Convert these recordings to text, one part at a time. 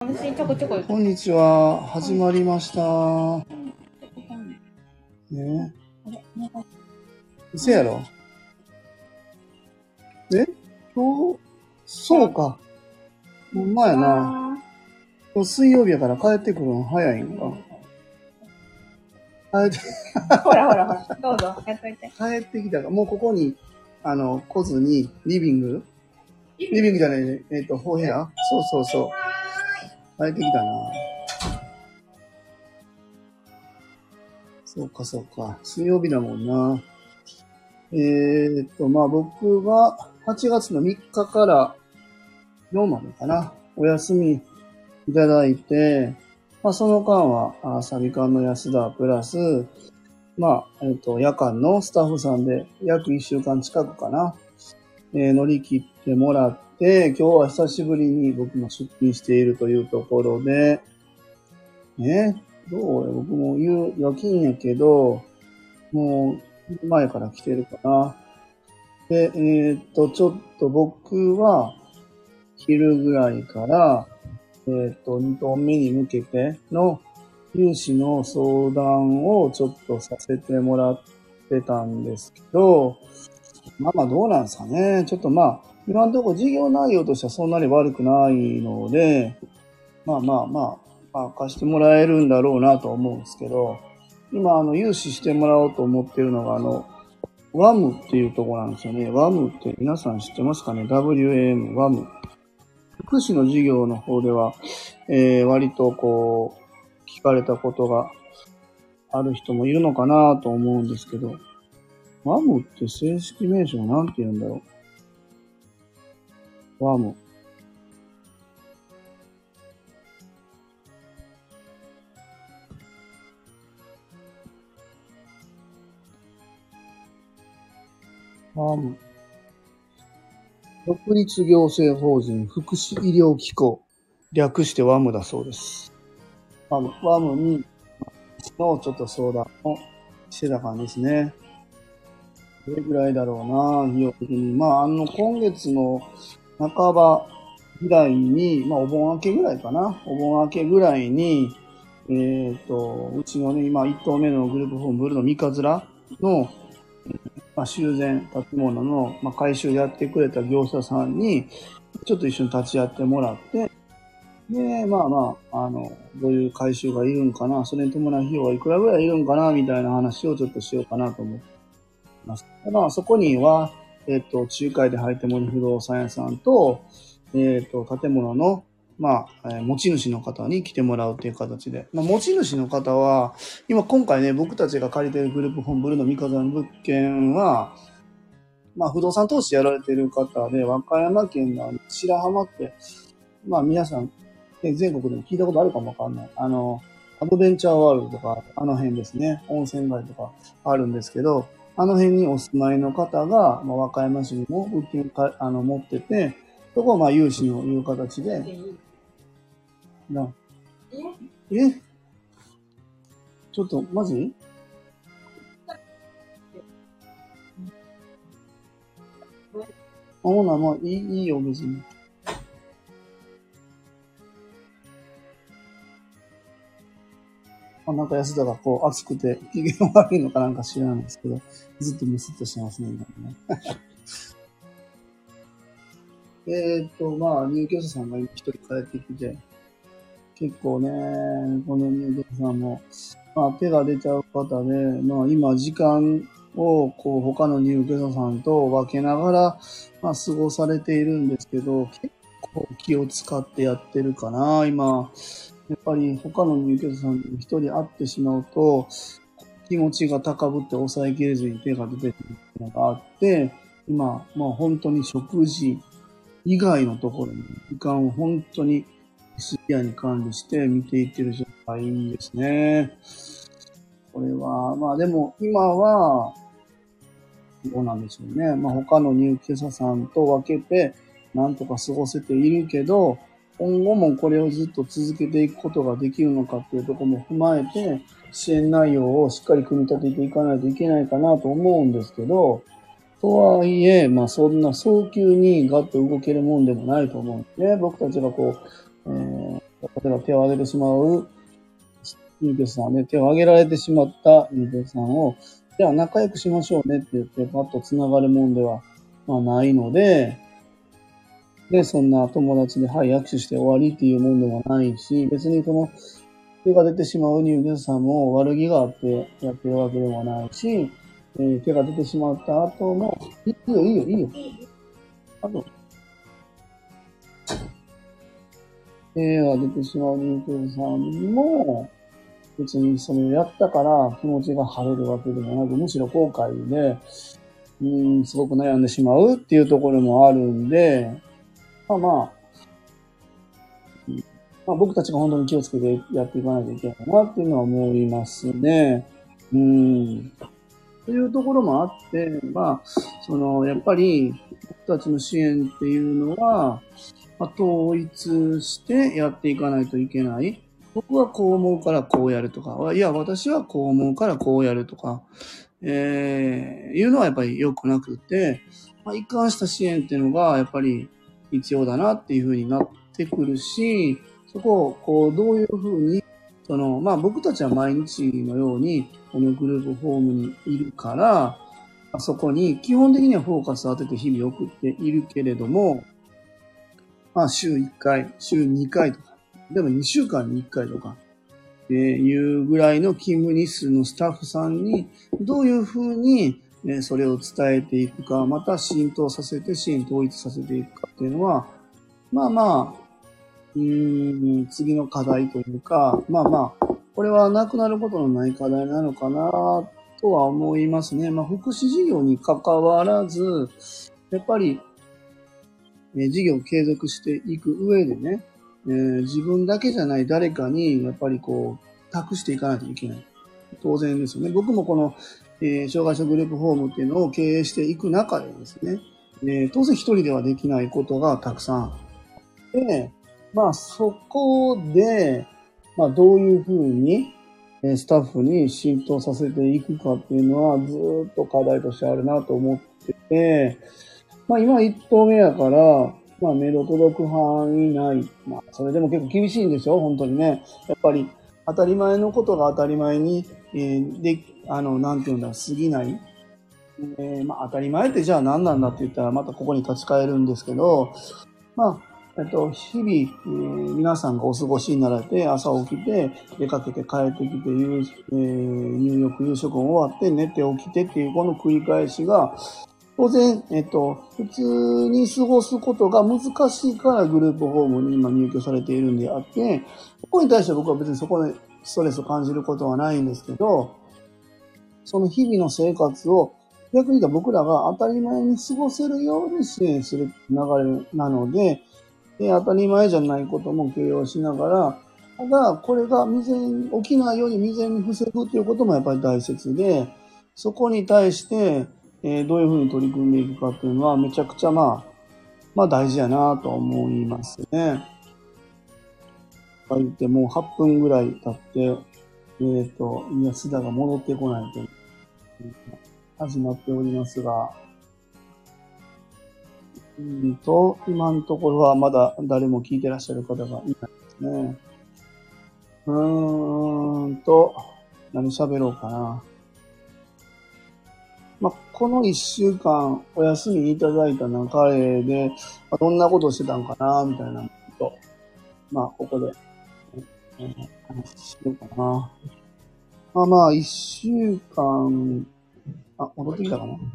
私ちょこちょこ。 こんにちは。始まりました。ね。嘘やろ？今日、そうか。ほんまやな。今日水曜日やから帰ってくるの早いんか。 ほら、どうぞ、やっといて。 帰ってきたから、もうここに、来ずに、リビングじゃない、4部屋そう。帰ってきたな。そうか。水曜日だもんな。僕が8月の3日から4までかな。お休みいただいて、その間は、サビ館の安田プラス、夜間のスタッフさんで約1週間近くかな。乗り切ってもらって、今日は久しぶりに僕も出勤しているというところで、どうよ、僕も夜勤やけど、もう前から来てるかな。で、ちょっと僕は昼ぐらいから、2棟目に向けての融資の相談をちょっとさせてもらってたんですけど、どうなんですかね。ちょっと今のところ事業内容としてはそんなに悪くないので、貸してもらえるんだろうなと思うんですけど、今融資してもらおうと思ってるのがワムっていうところなんですよね。ワムって皆さん知ってますかね？ WAM、ワム。福祉の事業の方では、割と聞かれたことがある人もいるのかなと思うんですけど、ワムって正式名称なんて言うんだろう。ワム。独立行政法人福祉医療機構。略してワムだそうです。ワムにのちょっと相談をしてた感じですね。どれぐらいだろうな、費用的に。今月の半ばぐらいに、お盆明けぐらいかな。お盆明けぐらいに、うちのね、今1棟目のグループホームブルの三日面の、修繕建物の、改修やってくれた業者さんに、ちょっと一緒に立ち会ってもらって、で、どういう改修がいるんかな、それに伴う費用はいくらぐらいいるんかな、みたいな話をちょっとしようかなと思ってます。そこには、仲介で入ってもらう不動産屋さんと、建物の、持ち主の方に来てもらうという形で。持ち主の方は、今回ね、僕たちが借りているグループホームブルーの三日の物件は、不動産投資やられている方で、和歌山県の白浜って、皆さん、全国でも聞いたことあるかもわかんない。アドベンチャーワールドとか、あの辺ですね。温泉街とかあるんですけど、あの辺にお住まいの方が、和歌山市にも物件持ってて、そこを融資のいう形で、ちょっと、マジ？ほな、いいよ、別に。なんか安田が暑くて機嫌悪いのかなんか知らないんですけど、ずっとムスッとしてますね、今ね。入居者さんが一人帰ってきて、結構ね、この入居者さんも、手が出ちゃう方で、今時間を他の入居者さんと分けながら、過ごされているんですけど、結構気を使ってやってるかな、今。やっぱり他の入居者さんに一人会ってしまうと、気持ちが高ぶって抑えきれずに手が出てくるのがあって、今、本当に食事以外のところに時間を本当にシビアに管理して見ていってる状態ですね。これは、でも今は、どうなんでしょうね。他の入居者さんと分けて、なんとか過ごせているけど、今後もこれをずっと続けていくことができるのかっていうところも踏まえて、支援内容をしっかり組み立てていかないといけないかなと思うんですけど、とはいえ、そんな早急にガッと動けるもんでもないと思うんですね。僕たちが例えば手を挙げてしまう入居者さんで、手を挙げられてしまった入居者さんを、じゃあ仲良くしましょうねって言って、パッと繋がるもんでは、ないので、で、そんな友達で、はい、握手して終わりっていうもんではないし、別にこの、手が出てしまう入居者さんも悪気があってやってるわけではないし、手が出てしまった後も、いいよ、いいよ、いいよ。あと、手が出てしまう入居者さんも、別にそれをやったから気持ちが晴れるわけでもなく、むしろ後悔で、すごく悩んでしまうっていうところもあるんで、僕たちが本当に気をつけてやっていかないといけないなっていうのは思いますね。というところもあって、やっぱり僕たちの支援っていうのは、統一してやっていかないといけない。僕はこう思うからこうやるとか、いや、私はこう思うからこうやるとか、いうのはやっぱり良くなくて、一貫した支援っていうのがやっぱり必要だなっていうふうになってくるし、そこをどういうふうに、僕たちは毎日のようにこのグループホームにいるから、そこに基本的にはフォーカスを当てて日々送っているけれども、週1回、週2回とか、でも2週間に1回とか、いうぐらいの勤務日数のスタッフさんに、どういうふうに、それを伝えていくか、また浸透させて、統一させていくかっていうのは、次の課題というか、これはなくなることのない課題なのかなとは思いますね。福祉事業に関わらず、やっぱり、事業を継続していく上でね、自分だけじゃない誰かに、やっぱり託していかないといけない。当然ですよね。僕もこの、障害者グループホームっていうのを経営していく中でですね、当然一人ではできないことがたくさんあって、そこで、どういうふうに、スタッフに浸透させていくかっていうのはずっと課題としてあるなと思ってて、今一投目やから、目の届く範囲内。それでも結構厳しいんですよ、本当にね。やっぱり、当たり前のことが当たり前に、なんていうんだ、過ぎない。当たり前ってじゃあ何なんだって言ったら、またここに立ち返るんですけど、日々、皆さんがお過ごしになられて、朝起きて、出かけて帰ってきて、入浴、夕食も終わって、寝て起きてっていう、この繰り返しが、当然、普通に過ごすことが難しいからグループホームに今入居されているんであって、ここに対して僕は別にそこでストレスを感じることはないんですけど、その日々の生活を逆に言うと僕らが当たり前に過ごせるように支援する流れなので、当たり前じゃないことも許容しながら、ただ、これが起きないように未然に防ぐということもやっぱり大切で、そこに対して、どういうふうに取り組んでいくかっていうのはめちゃくちゃ大事やなと思いますね。言ってもう8分ぐらい経って、安田が戻ってこないと始まっておりますが、今のところはまだ誰も聞いてらっしゃる方がいないですね。何喋ろうかな。この1週間お休みいただいた流れで、どんなことをしてたんかな、みたいなこと、ここで、話しようかな。1週間、戻ってきたかな。ど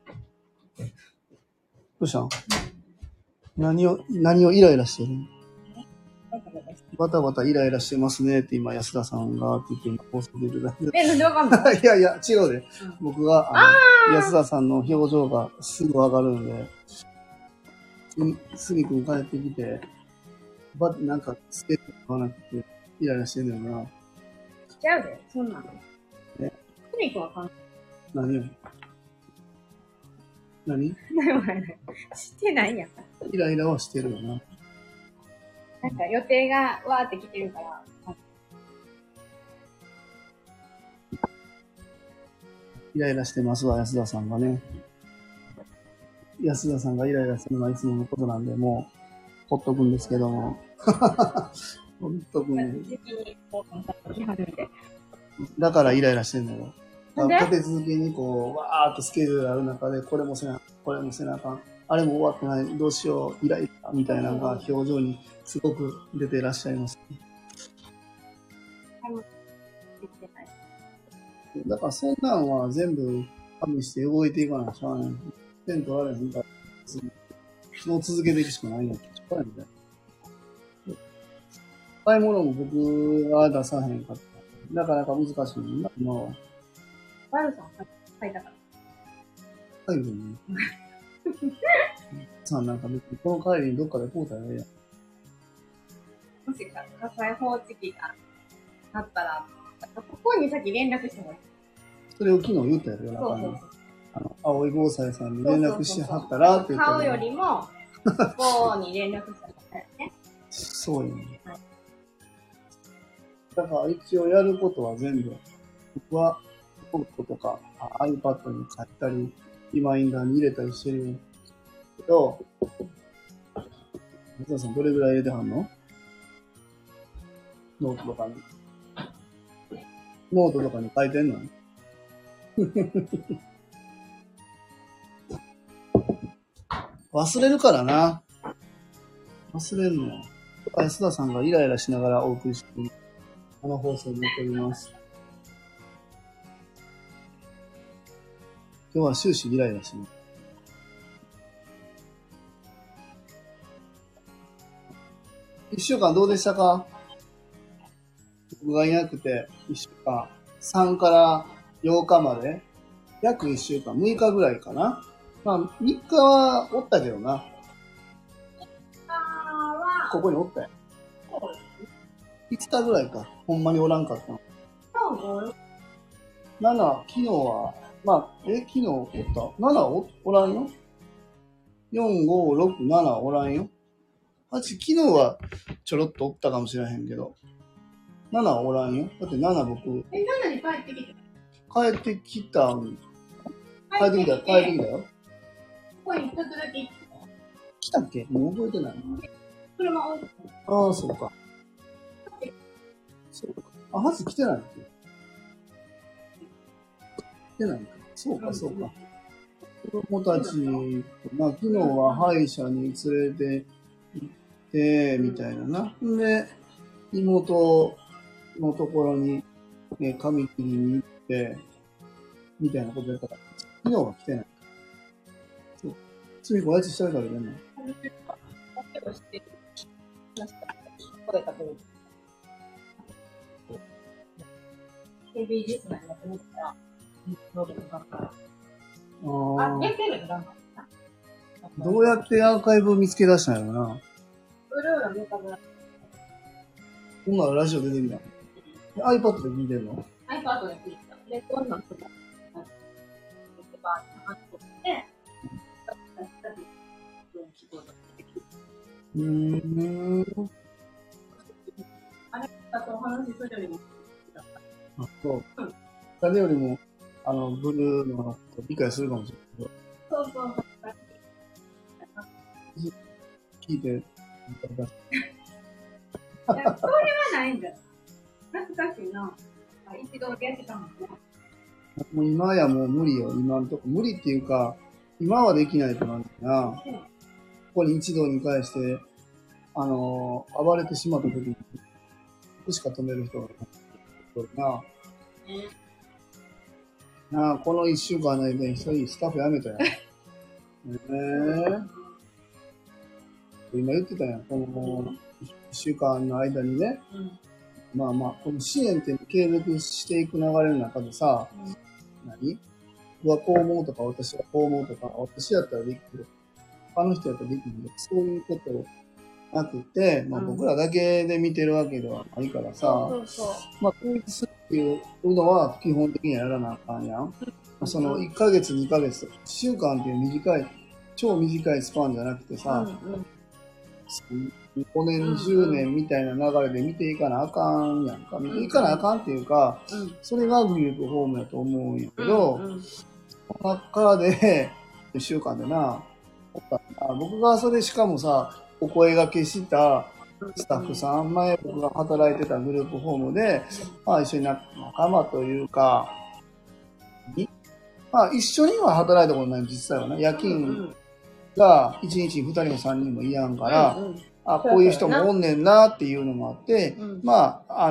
うしたん？何をイライラしてる？バタバタイライラしてますねって今安田さんがって言って今放送で出てた。 なんでわかんない？ いやいや、違うで。僕が安田さんの表情がすぐ上がるんで、杉君帰ってきて、なんかつけてもらわなくてイライラしてんだよな。 しちゃうで、そんなの。杉君は関係何してないやん。 イライラはしてるよな。 なんか予定がわーって来てるから。 イライラしてますわ、安田さんがね。安田さんがイライラするのはいつものことなんで、もう、ほっとくんですけども。 本当ごめん。 時期にこう来始めて。 だからイライラしてんのよ。 なんで立て続けにこう、わーっとスケジュールある中で、これもせな、これもせなあかん。あれも終わってない。どうしよう。イライラみたいなのが表情にすごく出ていらっしゃいます。だからそんなんは全部加味して動いていかないとしゃあない。点取られへんから、もう続けていくしかないんやけど、しょうがないみたいな。買い物も僕は出さへんかった。なかなか難しいんだ。今は。 バルさん書いたから。 最後にね。さあなんか別にこの帰りにどっかでこうたらええやん。 もしか火災報知器があったら、ここにさっき連絡してもらって。 それを昨日言ったやろ、夜中に。青い防災さんに連絡してはったらって言ったら。 買うよりも、ここに連絡したらね。 そうよね。だから一応やることは全部、僕はノートとか iPad に書いたり、リマインダーに入れたりしてるんけど、松田さんどれぐらい入れてはんの？ノートとかに。ノートとかに書いてんの？忘れるからな。忘れるの。安田さんがイライラしながらお送りしているこの放送になっております。今日は終始イライラしてます。一週間どうでしたか？僕がいなくて、一週間。3から8日まで、約1週間、6日ぐらいかな。まあ、3日はおったけどな。ここにおったよ。5日ぐらいか。ほんまにおらんかったの。7、昨日は、まあ、昨日おった ?7 おらんよ。4、5、6、7おらんよ。8、昨日はちょろっとおったかもしれへんけど。7はおらんよ。だって7僕。 7に帰ってきた。帰ってきたよ。 ここに一つだけ来たっけ？もう覚えてない。 車を。 ああ、そうか。そうか。あ、初来てないっけ？来てないか。そうか。子供たち、まあ、昨日は歯医者に連れて行って、みたいなな。で、妹のところに、ね、髪切りに行って、みたいなことやったから、昨日は来てない。そう。つみこおやつしてるからね。 KBS なんだと思ったら、 どうやってアーカイブを見つけ出したんやろな。 ブルーの見た目。 こんなのラジオ出てきた。iPad で聞いてるの？ iPad で聞いた。で、どんな人が、あれだとお話しするよりもあ、そう。誰よりも、ブルーのこと理解するかもしれない。 そう。 聞いて、 いや、それはないんだよ。懐かしいな。一度やってたもんね。 もう今やもう無理よ、今のとこ。無理っていうか、今はできないとなんだな。ここに一堂に返して、暴れてしまった時に、ここしか止める人がいないな。なあ、この一週間の間に一人スタッフ辞めたよ。今言ってたやん、この一週間の間にね。まあ、この支援って継続していく流れの中でさ、僕はこう思うとか、私はこう思うとか、私やったらできる。他の人やったらできる。そういうことなくて、僕らだけで見てるわけではないからさ、統一するっていうのは基本的にはやらなあかんやん。その1ヶ月、2ヶ月、1週間っていう超短いスパンじゃなくてさ、5年、10年みたいな流れで見ていかなあかんやんか。見ていかなあかんっていうか、それがグループホームやと思うんやけど、その中で、1週間でな、僕がそれしかもさ、お声掛けしたスタッフさん、前僕が働いてたグループホームで、まあ一緒に仲間というか、まあ一緒には働いたことない、実際はね。夜勤が1日に2人も3人もいやんから、あ、こういう人もおんねんなっていうのもあって、まあ、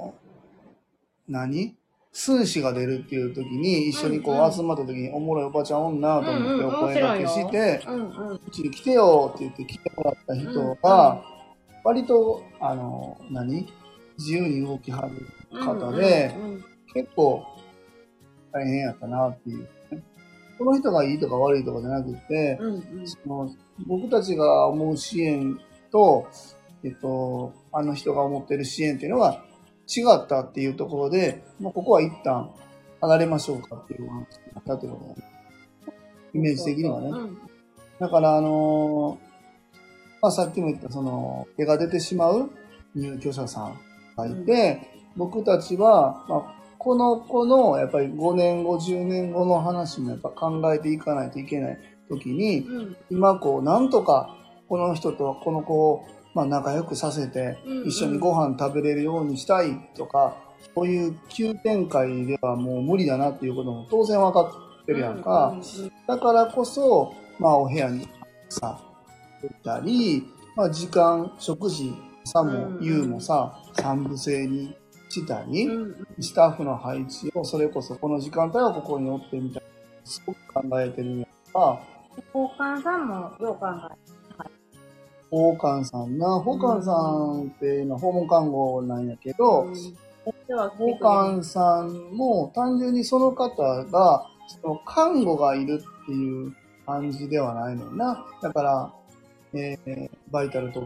寸志が出るっていう時に一緒にこう集まった時におもろいおばちゃんおんなと思ってお声掛けして、うちに来てよって言って来てもらった人が、割と、自由に動きはる方で、結構大変やったなっていう。この人がいいとか悪いとかじゃなくて、僕たちが思う支援と、あの人が思ってる支援っていうのが違ったっていうところで、ここは一旦離れましょうかっていう話になったってことだね。イメージ的にはね。だから、さっきも言った手が出てしまう入居者さんがいて、僕たちは、この子のやっぱり5年後、10年後の話もやっぱ考えていかないといけない時に、今なんとかこの人とこの子を仲良くさせて一緒にご飯食べれるようにしたいとか、そういう急展開ではもう無理だなっていうことも当然分かってるやんか。だからこそ、お部屋にさ、行ったり、時間、食事、朝も夕もさ、三部制にしたり、スタッフの配置をそれこそこの時間帯はここにおってみたいな、すごく考えてるんやんか。 保管さんもよう考えて。 保管さんな、保管さんっていうのは訪問看護なんやけど、保管さんも単純にその方が、看護がいるっていう感じではないのよな。だから、バイタル取って、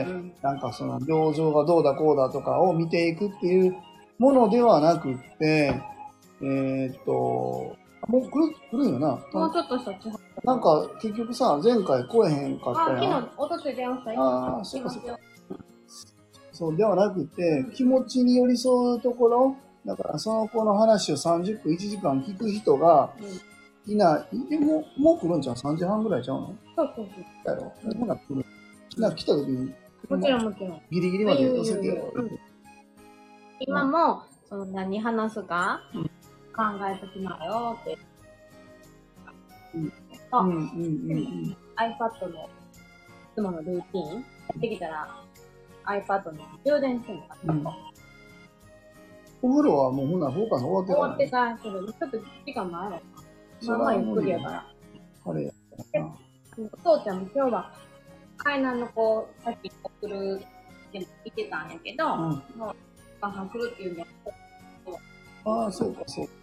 なんか病状がどうだこうだとかを見ていくっていうものではなくって、もう来るんよな。 もうちょっとしたなんか結局さ、前回来えへんかったやん。 昨日、おとつい電話したああ、そうかそうか。そうではなくて、気持ちに寄り添うところ、だからその子の話を30分、1時間聞く人がいない。でもう来るんちゃう ?3 時半ぐらいちゃうの？ そうそうそう。 だろ。ほな来る。来た時に。 もちろんもちろん。 ギリギリまで寄せてよ。 今も、何話すか考えときなよって。iPad のいつものルーティンできたら iPad に充電してもらった。 お風呂はもうほな、放課後終わってからする。ちょっと時間もある。ゆっくりやから。 あれやな。 お父ちゃんも今日は海南の子、さっき送るでも行ってたんやけど、もうお母さん来るっていうんで。 ああ、そうか、そうか。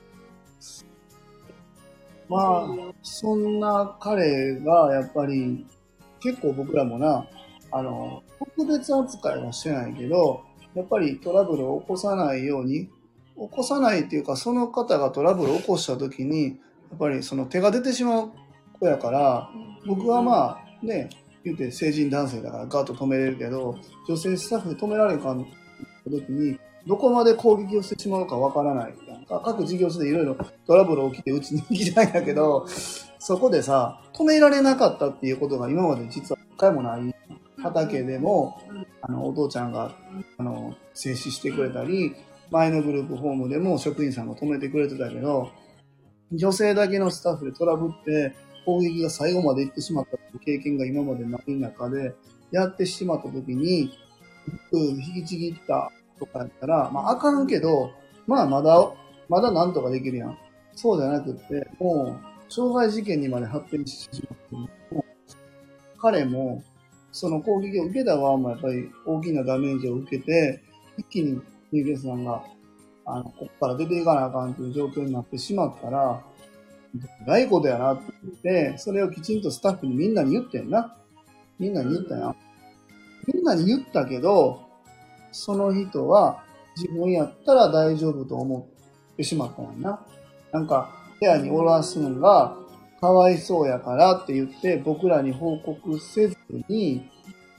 そんな彼がやっぱり結構僕らもな、特別扱いはしてないけど、やっぱりトラブルを起こさないように、起こさないっていうか、その方がトラブルを起こした時に、やっぱり手が出てしまう子やから、僕は言うて成人男性だからガーッと止めれるけど、女性スタッフで止められんかん時に、どこまで攻撃をしてしまうかわからない。各事業所でいろいろトラブル起きてうちに行きたいんだけど、そこでさ、止められなかったっていうことが今まで実は一回もない。畑でも、お父ちゃんが、静止してくれたり、前のグループホームでも職員さんが止めてくれてたけど、女性だけのスタッフでトラブって攻撃が最後まで行ってしまったっていう経験が今までない中で、やってしまった時に、引きちぎったとかやったら、あかんけど、まだなんとかできるやん。そうじゃなくって、もう、傷害事件にまで発展してしまって、彼も、その攻撃を受けた側もやっぱり大きなダメージを受けて、一気に入居者さんが、ここから出ていかなあかんという状況になってしまったら、ないことやなって言って、それをきちんとスタッフにみんなに言ってんな。みんなに言ったやん。みんなに言ったけど、その人は自分やったら大丈夫と思ってしまったんやな。なんか、部屋におらすのがかわいそうやからって言って、僕らに報告せずに、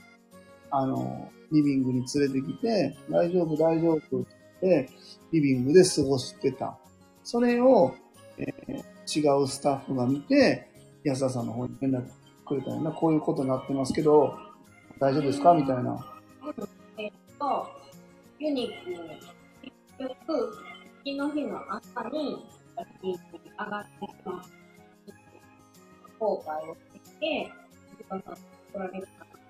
リビングに連れてきて、大丈夫、大丈夫って言って、リビングで過ごしてた。それを、違うスタッフが見て、安田さんの方に連絡くれたよな。こういうことになってますけど、大丈夫ですかみたいな。 と、ユニークに、結局、次の日の朝に、リンクに上がってしまう。後悔をして、自分が取られるかな。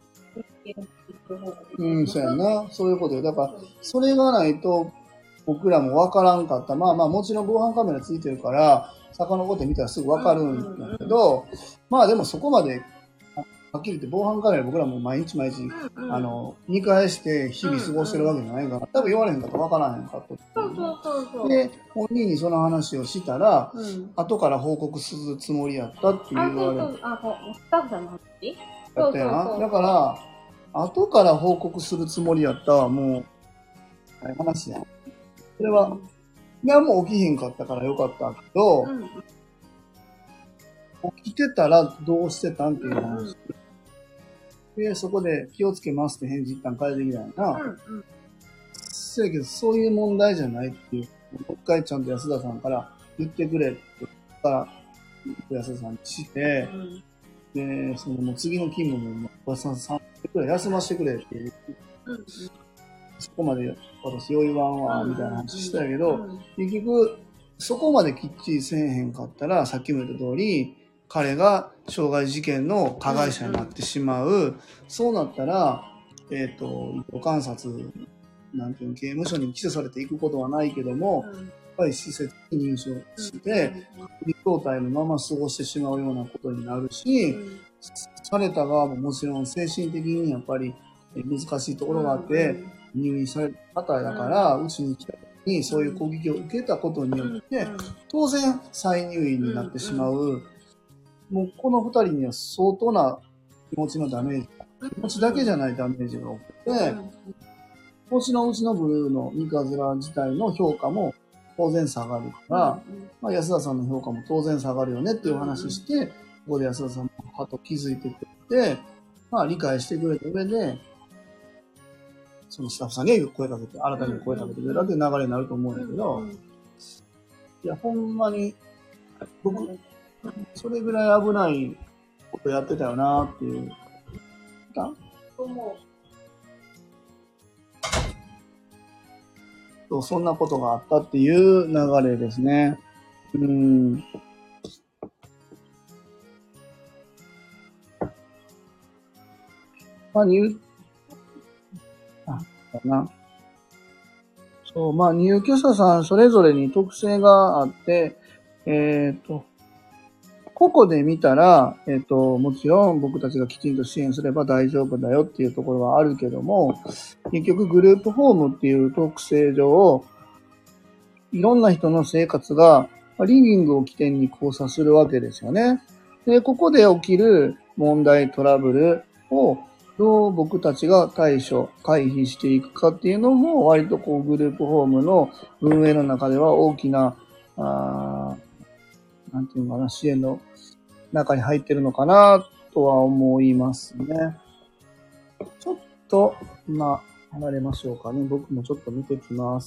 そうやな。そういうことよ。だから、それがないと、僕らもわからんかった。まあまあ、もちろん防犯カメラついてるから、遡ってみたらすぐわかるんだけど、まあでもそこまで、はっきり言って防犯カメラ僕らも毎日毎日、見返して日々過ごしてるわけじゃないから、多分言われへんかったらわからへんかった。で、本人にその話をしたら、後から報告するつもりやったって言われる。 スタッフさんの話だったよな。だから、後から報告するつもりやったはもう、話やん。それは、何も起きへんかったからよかったけど、起きてたらどうしてたんっていう話。で、そこで気をつけますって返事一旦変えてきたよな。そうやけど、そういう問題じゃないっていう。もう一回ちゃんと安田さんから言ってくれって言ったら、安田さんにして、で、もう次の勤務も、おばさん3日くらい休ませてくれって言って、そこまで私余裕わんわ、みたいな話したけど、結局、そこまできっちりせえへんかったら、さっきも言った通り、彼が傷害事件の加害者になってしまう。そうなったら、違法観察、なんていうの、刑務所に起訴されていくことはないけども、やっぱり施設に入所して、状態のまま過ごしてしまうようなことになるし、された側ももちろん精神的にやっぱり難しいところがあって、入院された方だから、うちに来た時にそういう攻撃を受けたことによって、当然再入院になってしまう。もうこの二人には相当な気持ちのダメージ、気持ちだけじゃないダメージが起きて、もちろんうちのブルーの三日面自体の評価も当然下がるから、まあ、安田さんの評価も当然下がるよねっていう話して、ここで安田さんもはと気づいてくれて、まあ理解してくれた上で、そのスタッフさんに声かけて、新たに声かけてくれたっていう流れになると思うんだけど、いや、ほんまに、僕、それぐらい危ないことやってたよなっていう。そんなことがあったっていう流れですね。まあ、そう、まあ、入居者さんそれぞれに特性があって、個々で見たら、もちろん僕たちがきちんと支援すれば大丈夫だよっていうところはあるけども、結局グループホームっていう特性上、いろんな人の生活がリビングを起点に交差するわけですよね。で、ここで起きる問題、トラブルをどう僕たちが対処、回避していくかっていうのも割とこうグループホームの運営の中では大きな、なんていうのかな、支援の中に入ってるのかなとは思いますね。ちょっと今離れましょうかね。僕もちょっと見てきます。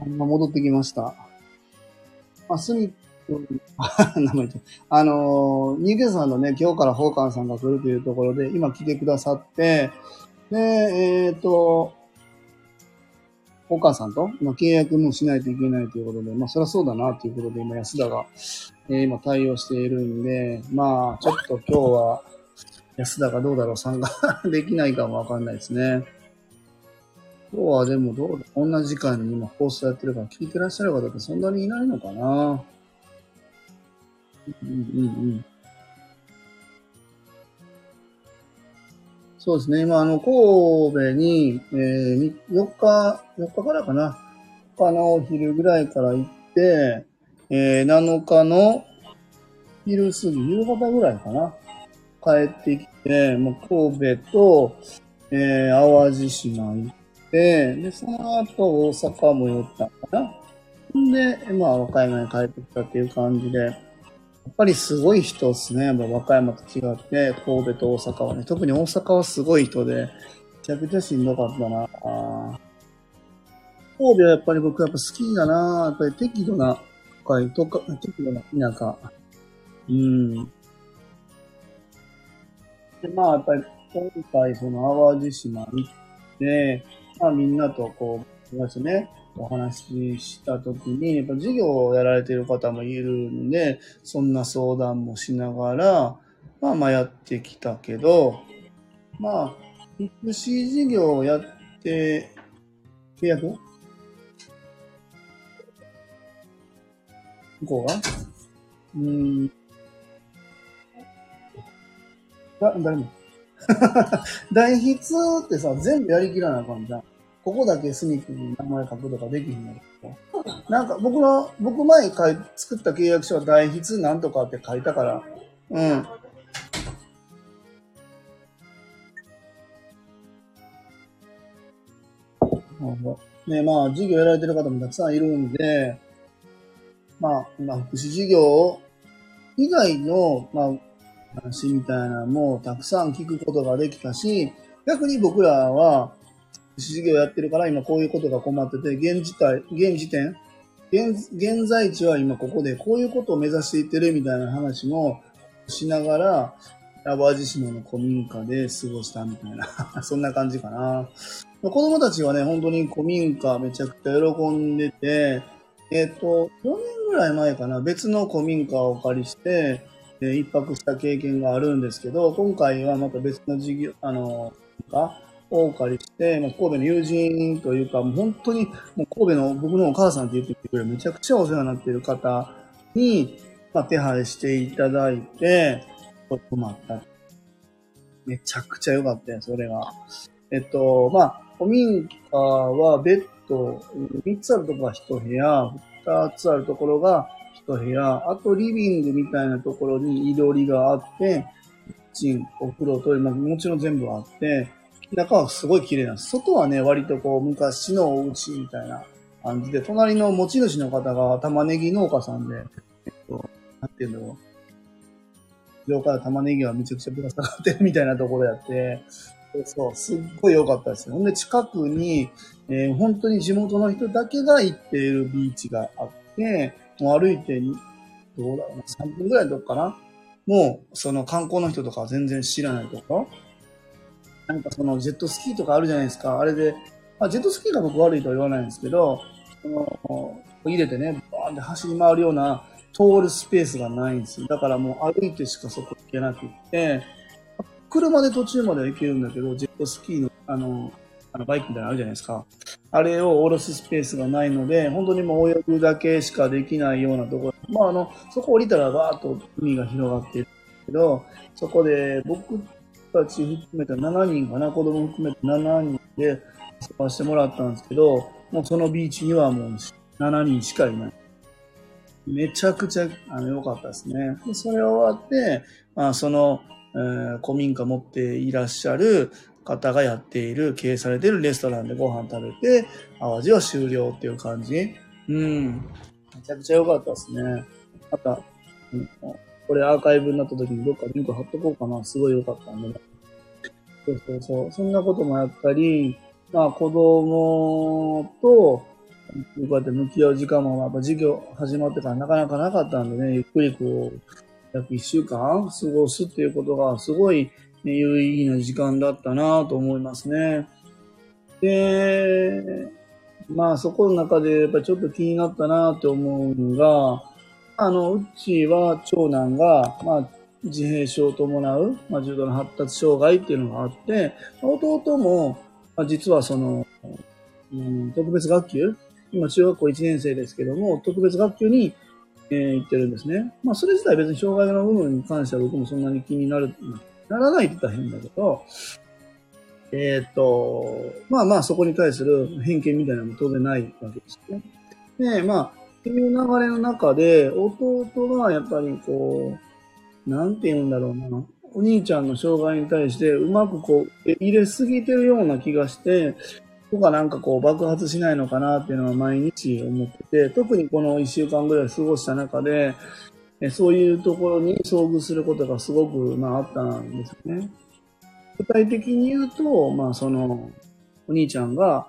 今戻ってきました。スニック、名前と、ニューケースさんのね、今日からホーカンさんが来るというところで、今来てくださって、で、ホーカンさんと、契約もしないといけないということで、そりゃそうだなということで、今安田が、今対応しているんで、ちょっと今日は、安田がどうだろう、参加できないかもわかんないですね。今日はでも同じ時間に今放送やってるから聞いてらっしゃる方ってそんなにいないのかな。そうですね。今、神戸に、4日からかな。4日のお昼ぐらいから行って、7日の昼過ぎ、夕方ぐらいかな。帰ってきて、もう神戸と、淡路島行って、で、その後大阪も寄ったかな。で、和歌山に帰ってきたっていう感じで、やっぱりすごい人ですね。和歌山と違って、神戸と大阪はね。特に大阪はすごい人で、めちゃくちゃしんどかったな。神戸はやっぱり僕好きだな。やっぱり適度な、適度な田舎。うん。で、やっぱり今回その淡路島に行って、みんなとお話ししたときに、やっぱ授業をやられている方もいるんで、そんな相談もしながら、やってきたけど、福祉事業をやって、契約向こうが誰も代筆ってさ、全部やりきらなあかんじゃん。ここだけスニックに名前書くとかできひんの。なんか僕前作った契約書は代筆なんとかって書いたから、うん。ね、授業やられてる方もたくさんいるんで、福祉事業以外の、話みたいなのもたくさん聞くことができたし、逆に僕らは、福祉事業やってるから今こういうことが困ってて、現在地は今ここでこういうことを目指していってるみたいな話もしながら、淡路島の古民家で過ごしたみたいな、そんな感じかな。子供たちはね、本当に古民家めちゃくちゃ喜んでて、4年ぐらい前かな、別の古民家をお借りして、一泊した経験があるんですけど、今回はまた別の事業、をお借りして、神戸の友人というか、もう本当に、もう神戸の僕のお母さんって言ってくれるめちゃくちゃお世話になっている方に、手配していただいて、泊まった。めちゃくちゃ良かったよ、それが。古民家はベッド、3つあるところが1部屋、2つあるところが1部屋、あとリビングみたいなところに居取りがあって、キッチン、お風呂、トイレ、もちろん全部あって、中はすごい綺麗なんです。外はね、割と昔のお家みたいな感じで、隣の持ち主の方が玉ねぎ農家さんで、なんていうの、業界の玉ねぎはめちゃくちゃぶら下がってるみたいなところやって、そう、すっごい良かったですね。ほんで、近くに、本当に地元の人だけが行っているビーチがあって、もう歩いて、どうだろうな、3分ぐらいのとこかな。もう、その観光の人とかは全然知らないところ。なんかそのジェットスキーとかあるじゃないですか。あれで、ジェットスキーが僕悪いとは言わないんですけど、入れてね、バーンって走り回るような通るスペースがないんですよ。だからもう歩いてしかそこ行けなくって、車で途中までは行けるんだけど、ジェットスキーのバイクみたいなのあるじゃないですか。あれを下ろすスペースがないので、本当にもう泳ぐだけしかできないようなところ。そこ降りたらバーッと海が広がっているけど、そこで僕たち含めた7人かな、子供含めて7人で遊ばしてもらったんですけど、もうそのビーチにはもう7人しかいない。めちゃくちゃ良かったですね。でそれ終わって、古民家持っていらっしゃる方がやっている、経営されているレストランでご飯食べて、淡路は終了っていう感じ。うん。めちゃくちゃ良かったですね。また、これアーカイブになった時にどっかリンク貼っとこうかな。すごい良かったんで。そう。そんなこともやったり、子供と、 こうやって向き合う時間も、やっぱ授業始まってからなかなかなかったんでね、ゆっくりこう、約1週間過ごすっていうことがすごい、ね、有意義な時間だったなと思いますね。で、まあそこの中でやっぱりちょっと気になったなと思うのが、うちは長男が、まあ自閉症を伴う、まあ重度の発達障害っていうのがあって、弟も、まあ、実はその、特別学級、今中学校1年生ですけども、特別学級に、行ってるんですね。まあそれ自体別に障害の部分に関しては僕もそんなに気にならないって言ったら変だけど、まあまあそこに対する偏見みたいなのも当然ないわけですよね。で、まあ、っていう流れの中で、弟がやっぱりこう、なんて言うんだろうな、お兄ちゃんの障害に対してうまくこう、入れすぎてるような気がして、ここがなんかこう爆発しないのかなっていうのは毎日思ってて、特にこの1週間ぐらい過ごした中で、そういうところに遭遇することがすごく、まああったんですよね。具体的に言うと、まあその、お兄ちゃんが、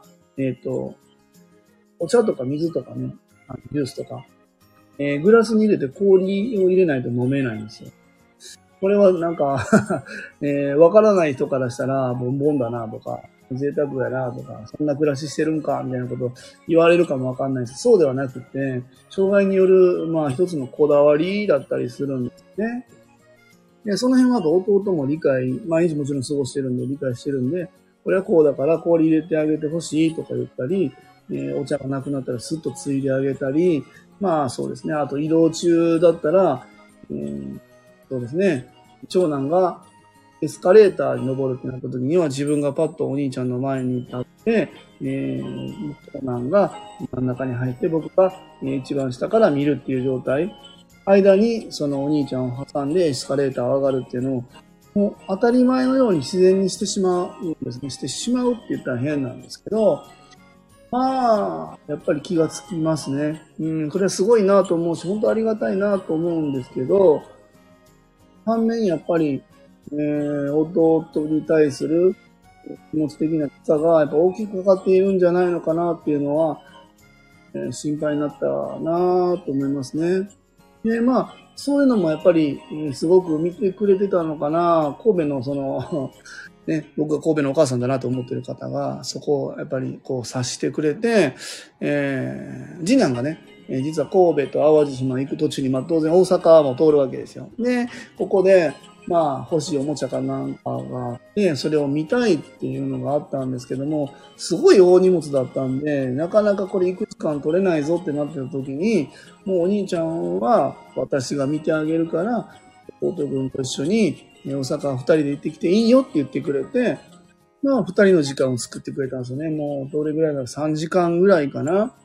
お茶とか水とかね、ジュースとか、グラスに入れて氷を入れないと飲めないんですよ。これはなんかわからない人からしたら、ボンボンだなとか、贅沢やなとか、そんな暮らししてるんかみたいなこと言われるかもわかんないです。そうではなくて、障害による、まあ一つのこだわりだったりするんですね。で、その辺は弟も理解、毎日もちろん過ごしてるんで理解してるんで、これはこうだから氷入れてあげてほしいとか言ったり、お茶がなくなったらスッとついであげたり、まあそうですね。あと移動中だったら、そうですね。長男がエスカレーターに登るってなった時には自分がパッとお兄ちゃんの前に立って、長男が真ん中に入って僕が一番下から見るっていう状態。間にそのお兄ちゃんを挟んでエスカレーターを上がるっていうのをもう当たり前のように自然にしてしまうんですね。してしまうって言ったら変なんですけど、まあ、やっぱり気がつきますね。これはすごいなと思うし、本当ありがたいなと思うんですけど、反面やっぱり、弟に対する気持ち的な負荷がやっぱ大きくかかっているんじゃないのかなっていうのは、心配になったなと思いますね。で、まあ、そういうのもやっぱり、すごく見てくれてたのかな。神戸のそのね、僕が神戸のお母さんだなと思ってる方が、そこをやっぱりこう察してくれて、次男がね、実は神戸と淡路島行く途中に、まあ当然大阪も通るわけですよ。で、ここで、まあ欲しいおもちゃかなんかがあって、それを見たいっていうのがあったんですけども、すごい大荷物だったんで、なかなかこれ行く時間取れないぞってなってた時に、もうお兄ちゃんは私が見てあげるから、弟君と一緒に大阪二人で行ってきていいよって言ってくれて、まあ二人の時間を作ってくれたんですよね。もうどれぐらいだろう、3時間ぐらいかな。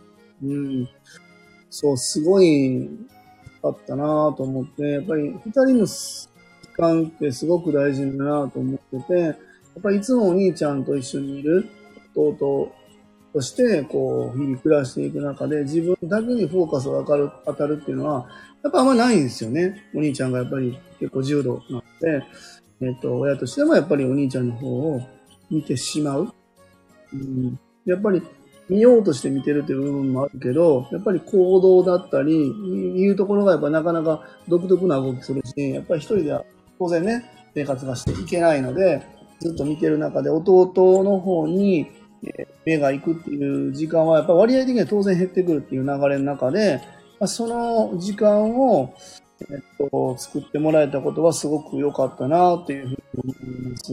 そう、すごいあったなと思って、やっぱり二人の時間ってすごく大事だなと思ってて、やっぱりいつもお兄ちゃんと一緒にいる弟として、こう、日々暮らしていく中で、自分だけにフォーカスが当たるっていうのは、やっぱあんまないんですよね。お兄ちゃんがやっぱり結構重度なので、親としてもやっぱりお兄ちゃんの方を見てしまう。やっぱり見ようとして見てるっていう部分もあるけど、やっぱり行動だったり、いうところがやっぱなかなか独特な動きするし、やっぱり一人では当然ね、生活がしていけないので、ずっと見てる中で弟の方に目が行くっていう時間はやっぱ割合的には当然減ってくるっていう流れの中で、その時間を、作ってもらえたことはすごく良かったなというふうに思います。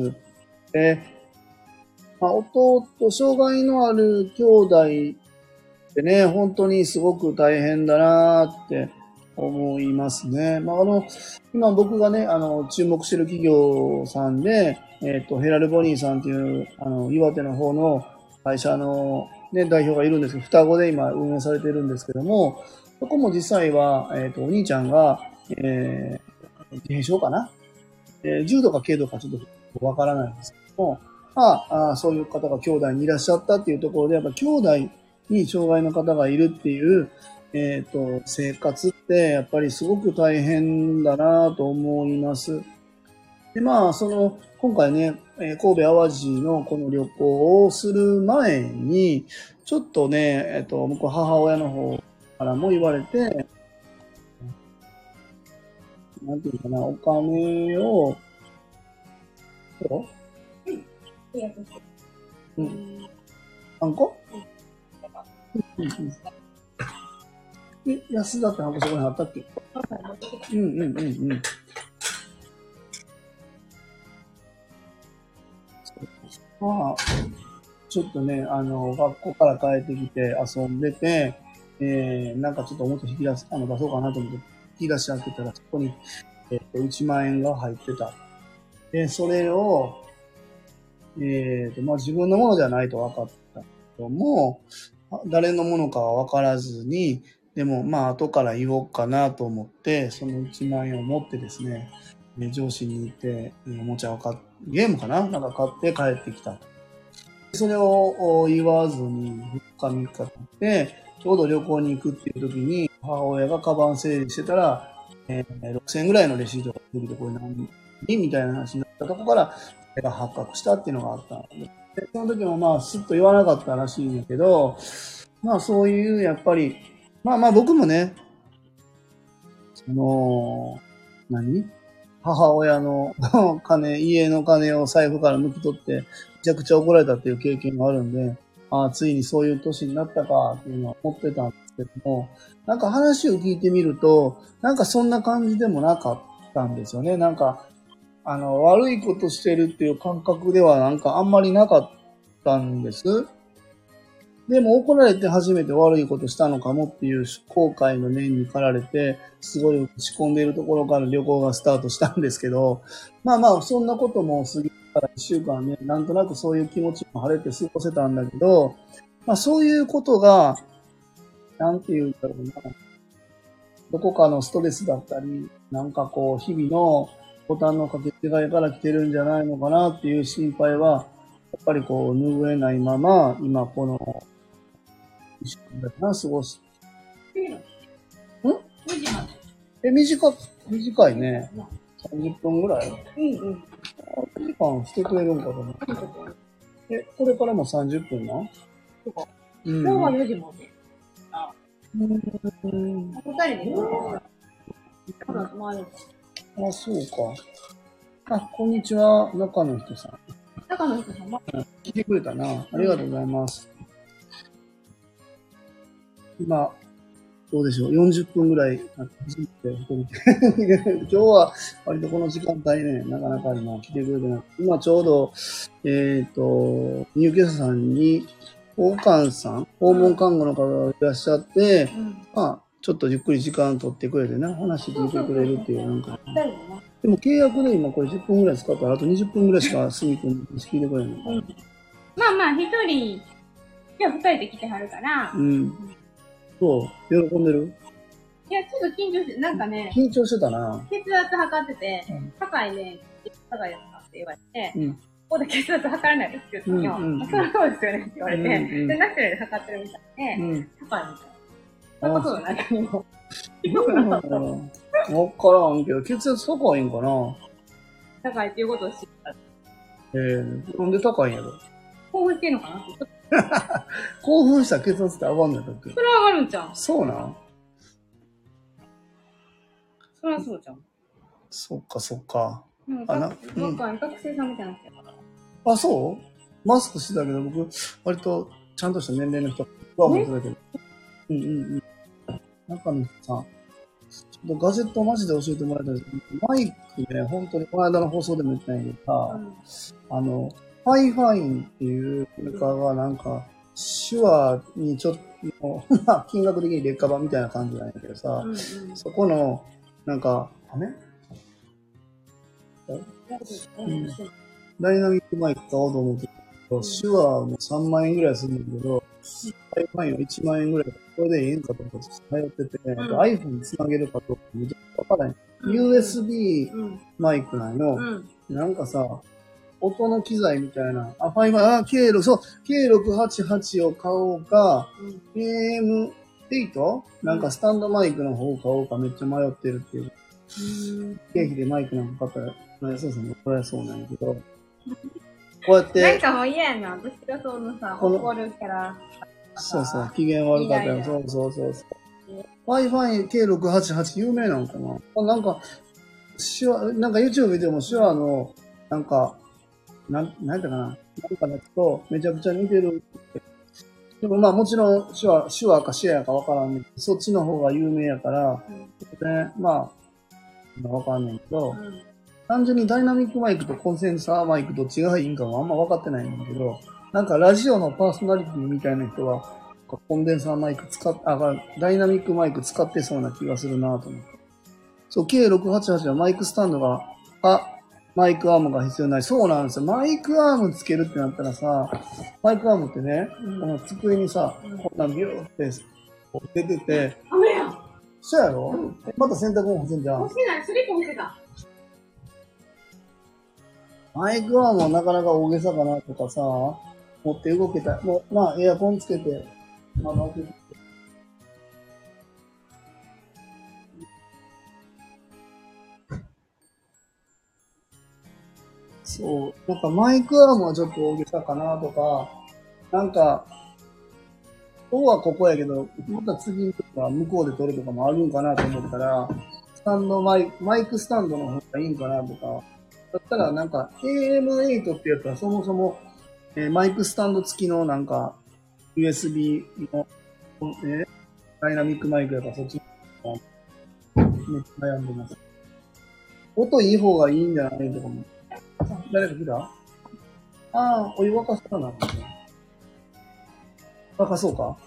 弟、障害のある兄弟ってね、本当にすごく大変だなって思いますね。今僕がね、注目してる企業さんで、ヘラルボニーさんっていう、岩手の方の会社のね、代表がいるんですけど、双子で今運営されているんですけども、そこも実際は、お兄ちゃんが、自閉症かな、重度か軽度かちょっとわからないんですけども、そういう方が兄弟にいらっしゃったっていうところで、やっぱ兄弟に障害の方がいるっていう、生活ってやっぱりすごく大変だなと思います。 で、まあ、今回ね、神戸淡路のこの旅行をする前に、ちょっとね、向こう母親の方からも言われて、なんていうかな、お金を、そ契約して。 ううん。何個うんうん。安田って箱そこにあったっけうんうんうんうん。まあ、ちょっとね、学校から帰ってきて遊んでて、なんかちょっともっと引き出す、出そうかなと思って、引き出し開けたら、そこに、1万円が入ってた。で、それを、まあ自分のものじゃないと分かったけども、誰のものかは分からずに、でもまあ後から言おうかなと思って、その1万円を持ってですね、上司に行って、おもちゃを買っゲームかななんか買って帰ってきた。それを言わずに2日3日経って、ちょうど旅行に行くっていう時に、母親がカバン整理してたら、6000円ぐらいのレシートが出てきて、これ何みたいな話になったとこから、それが発覚したっていうのがあったので、その時もまあ、すっと言わなかったらしいんだけど、まあそういう、やっぱり、まあまあ僕もね、その、何母親の金、家の金を財布から抜き取って、めちゃくちゃ怒られたっていう経験があるんで、ああ、ついにそういう年になったかっていうのは思ってたんですけども、なんか話を聞いてみると、なんかそんな感じでもなかったんですよね。なんか、悪いことしてるっていう感覚ではなんかあんまりなかったんです。でも怒られて初めて悪いことしたのかもっていう後悔の念に駆られて、すごい落ち込んでいるところから旅行がスタートしたんですけど、まあまあ、そんなことも過ぎたら1週間ね、なんとなくそういう気持ちも晴れて過ごせたんだけど、まあそういうことが、なんていうんだろうな、どこかのストレスだったり、なんかこう、日々のボタンの掛け違いから来てるんじゃないのかなっていう心配は、やっぱりこう、拭えないまま、今この一週間だな、過ごす。 2時まで。 短いね。30分ぐらい。 うんうん。 1時間してくれるんかと思う。これからも30分なとか。 う今日はん。 4時まで。 うん。 2人で行く。ただ、前の。 あ、そうか。あ、こんにちは。中の人さん。 中の人様。 来てくれたな。ありがとうございます。今、どうでしょう。40分ぐらい初めて一人で今日は割とこの時間帯ね、なかなか今来てくれてなくて、今ちょうど、入居者さんに、訪問看護の方がいらっしゃって、まあ、ちょっとゆっくり時間取ってくれてな、話聞いてくれるっていう、なんか、でも契約で今これ10分ぐらい使ったら、あと20分ぐらいしかすみくん聞いてくれないのかな。 まあまあ、一人、じゃあ二人で来てはるから。 うん。そう、喜んでる？ いや、ちょっと緊張して、なんかね、 緊張してたな。 血圧測ってて、 うん高いね、高いやつかって言われて、 うん。 ここで血圧測れないですって言ったのよ。そりゃそうですよねって言われて、で、ナチュラルで測ってるみたいで、高いみたいな。そんなことない何も。 わからんけど、血圧高いんかな？ 高いっていうことを知った。 なんで高いんやろ？ 興奮してんのかなって。 興奮したら血圧って上がんのやったっけ？ それは上がるんちゃう？ そうなん？ それはそうじゃん。 そっかそっか。 学生さんみたいな人やから。 あ、そうマスクしてたけど、僕、割とちゃんとした年齢の人は思ってたけど。うんうんうん。中の人さん、ちょっとガジェットマジで教えてもらいたいです。マイクね、本当にこの間の放送でも言ったんやけどさ、ファイファインっていうメーカーがなんか、手話にちょっと、金額的に劣化版みたいな感じなんやけどさ、そこの、なんか、ダイナミックマイク買おうと思って手話も3万円ぐらいするんだけど、ファイファインは1万円ぐらいこれでいいんかと思って迷ってて、iPhone につなげるかどうかめっちゃわからない。USB マイクなんよ。なんかさ、音の機材みたいな。K688 を買おうか、AM8? なんかスタンドマイクの方を買おうかめっちゃ迷ってるっていう。 経費でマイクなんか買ったら、そうそう、怒られそうなんやけど、こうやって、 なんかもう嫌やな。私がそのさ、怒るキャラ。 そうそう、機嫌悪かったよ。そうそうそうそう。Wi-Fi K688 有名なのかな。なんか、手話、なんか YouTube 見ても手話の、なんか、なんやったかな。なんかだと、めちゃくちゃ似てる。でもまあもちろん手話かシェアかわからんねんけど、そっちの方が有名やから、ね、まあ、わかんないけど、単純にダイナミックマイクとコンセンサーマイクどっちがいいんかもあんま分かってないんだけど、なんかラジオのパーソナリティみたいな人は、コンデンサーマイクダイナミックマイク使ってそうな気がするなと思って。そう、K688 はマイクスタンドが、マイクアームが必要ない。そうなんですよ。マイクアームつけるってなったらさ、マイクアームってね、この机にさ、こんなんビューって出てて、 雨や。 そうやろ、また洗濯物干せんじゃん。 干してない、スリッポンしてた。 マイクアームはなかなか大げさかなとかさ、持って動けた。もう、まあ、エアコンつけて、窓開けて。そう。なんかマイクアームはちょっと大げさかなとか、なんか、今日はここやけど、また次とか向こうで撮るとかもあるんかなと思ったら、マイクスタンドの方がいいんかなとか、だったらなんか AM8 ってやったらそもそも、マイクスタンド付きのなんか USB の、ダイナミックマイクやからそっちめっちゃ悩んでます。音いい方がいいんじゃないとかも。誰か来た？ああ、お湯沸かすかな。沸かそうか。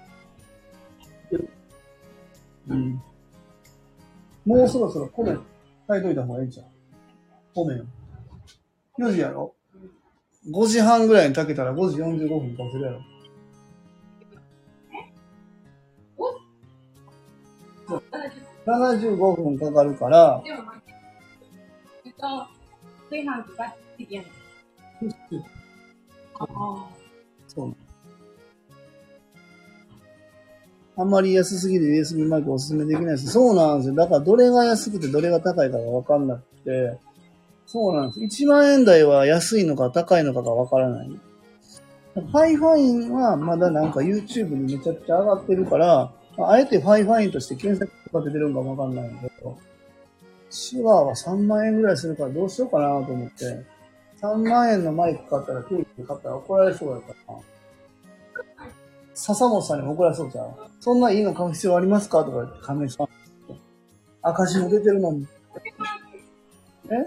うん。もうそろそろ米炊いといた方がいいんちゃう？米よ。4時やろ？ 5 時半ぐらいに炊けたら5時45分かするやろ。75分かかるから、 でも待って。炊飯器ができやん。 そう。あんまり安すぎる USB マイクおすすめできないです。そうなんですよ。だからどれが安くてどれが高いかがわかんなくて、そうなんです。1万円台は安いのか高いのかがわからない。ファイファインはまだなんか YouTube にめちゃくちゃ上がってるから、あえてファイファインとして検索とか出てるのかわかんないんだけど、シワは3万円ぐらいするからどうしようかなと思って、3万円のマイク買ったらケーキ買ったら怒られそうだからな。笹本さんにも怒られそうじゃん。そんないいの買う必要ありますかとか言って亀井さん。赤字も出てるのに。え？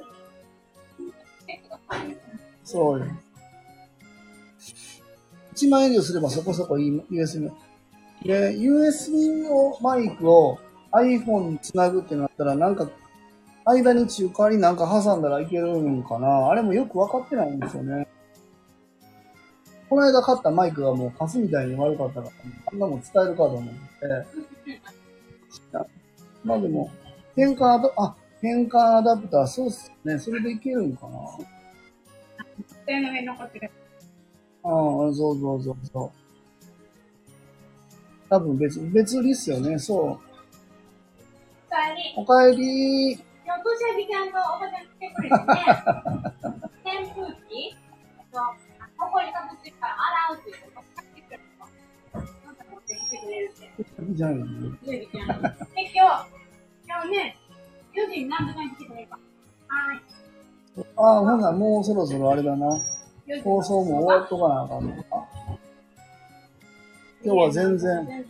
そうよ。1万円以上すればそこそこいい USB。で、USB のマイクを iPhone につなぐってなったら、なんか、間に中間になんか挟んだらいけるんかな。あれもよくわかってないんですよね。この間買ったマイクがもうカスみたいに悪かったから、あんなもん使えるかと思って。まあでも、変換アダプター、そうっすね。それでいけるんかな。 机の上に残ってる。 ああ、そうそうそうそう。多分別売りっすよね、そう。 おかえり。 おかえりー。 今日、としあびちゃんとおばちゃん来てくれてね。扇風機ほこりかぶってるから洗うっていうことを買ってくれるの。なんか持ってきてくれるって。 いいじゃんよね。 で、今日ね、4時に何時間に来てくれるか。はい。 ああ、ほんならもうそろそろあれだな。放送も終わっとかなあかんのか。今日は全然。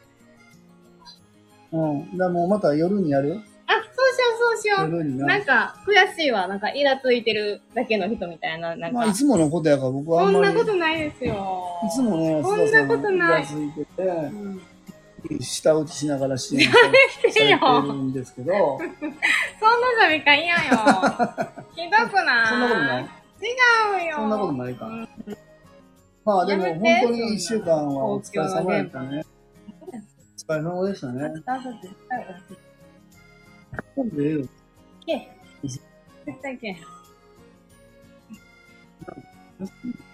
うん。だもうまた夜にやる？ あ、そうしよう。 夜になんか、悔しいわ。なんか、イラついてるだけの人みたいな。なんか。 まあ、いつものことやから僕はあんまり。 そんなことないですよ。 いつもね、 そんなことない。 イラついてて、舌打ちしながら支援されてるんですけど。 そんなじゃみか嫌よ。ひどくない？ そんなことない？ 違うよ。 そんなことないか。まあでも本当に1週間はお疲れ様でしたね。お疲れ様でしたね。今度ええよ。 絶対け。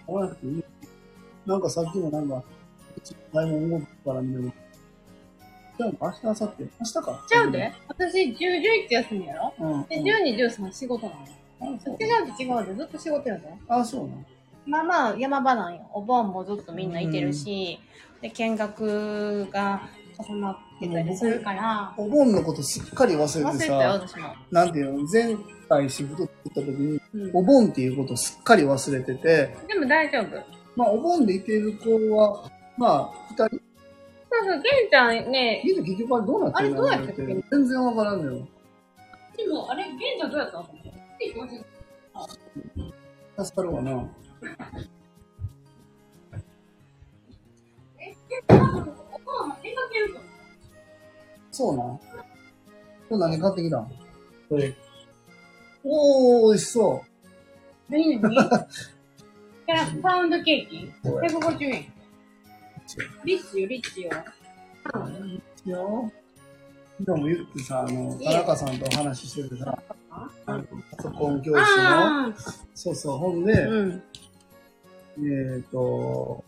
なんかさっきもなんか、買い物動くから見る。 でも明日、明後日。明日か。 ちゃうで。私、10、11休みやろうん。 で、12、13仕事なの。 あ、そう。 違うで違うで、ずっと仕事やで。 あ、そうなの。 まあまあ、山場なんよ。お盆もずっとみんないてるし、で、見学が重なってたりするから、 お盆のことすっかり忘れて忘れたよ、 さ、 私も。 なんていうの、前回シフト作った時に、 うん、 お盆っていうことすっかり忘れてて、 でも大丈夫。 まあ、お盆でいてる子は、まあ、二人。 そうそう、ケンちゃんね、 結局あれどうなってるのあれどうやったっけ全然わからんのよ。 でも、あれ、ケンちゃんどうやったの助かるわな。 お母さん出かけると。 そうなん。今日何買ってきたんこれ。おー、美味しそ何パウンドケーキ ?150 円。リッチよ、リッチよ。 う。よ。でも言ってさ、田中さんとお話ししててさ、パソコン教室の、そうそう、ほんで、 うん。 う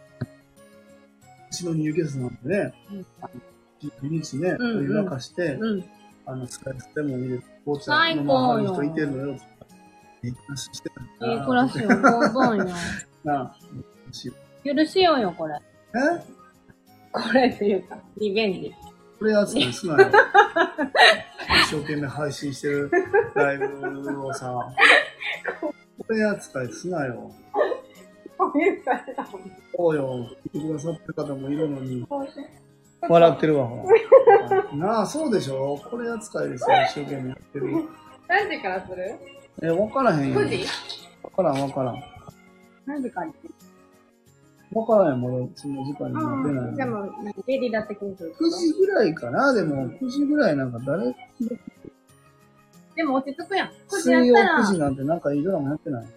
ちの入居者なんでね、12日ね、 うんうんお湯沸かして、 うん。 スカイスレモン入れて、紅茶最飲高よまはる人いてるのよ。話してたな。 暮らしよ、ボンボンよ。 なあ、 許しようよ、これ。 えこれっていうか、リベンジ。 これ扱いすなよ。一生懸命配信してるライブをさ、これ扱いすなよ。 こういう感じだもん。 そうよ。聞いてくださってる方もいるのに。笑ってるわ、ほら。なあ、そうでしょこれ扱いですよ、一生懸命やってる。 何時からするわからへんよ。 ?9 時わからん、わからん。 何時から行ってわからんよ、まだその時間になってない。 でも、デリだってくる 9時ぐらいかなでも、9時ぐらいなんか誰、 でも落ち着くやん。9時や水曜ったら。 9時なんてなんかいいドラマやってない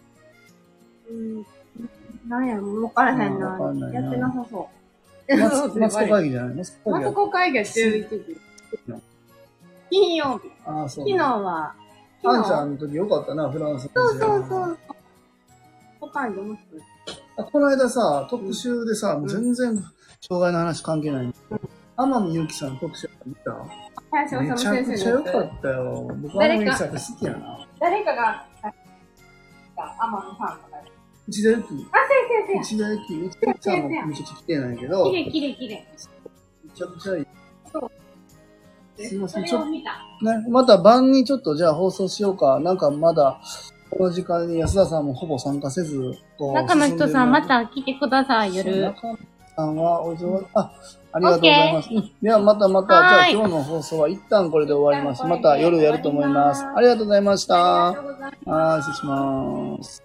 なんやろ、分からへんな。 わかんないなやってなさそう。 マツコ会議じゃないマツコ会議マツコ会議は11時。金曜日。 ああ、そう。 昨日は、 あんちゃんの時よかったな、フランスそうそうそう。他にもこの間さ、特集でさ、もう全然障害の話関係ない。天海祐希さんの特集見た林めちゃ修先生くちゃ良かったよ。僕、天海祐希さんって好きやな。 誰かが、アマのファンとか。 内田有紀。 あ、先生。 内田有紀。内田有紀さんもめちゃくちゃ来てないけど、めきれい。 ちゃくちゃいい。 そう。 すいません、 それを見た。 ね、また晩にちょっとじゃあ放送しようか。なんかまだ、この時間に安田さんもほぼ参加せず、 中の人さん、また来てください、夜。 中野さんはお上手、ありがとうございます。ではまた、じゃあ今日の放送は一旦これで終わります。また夜やると思います。ありがとうございました。はい、失礼します。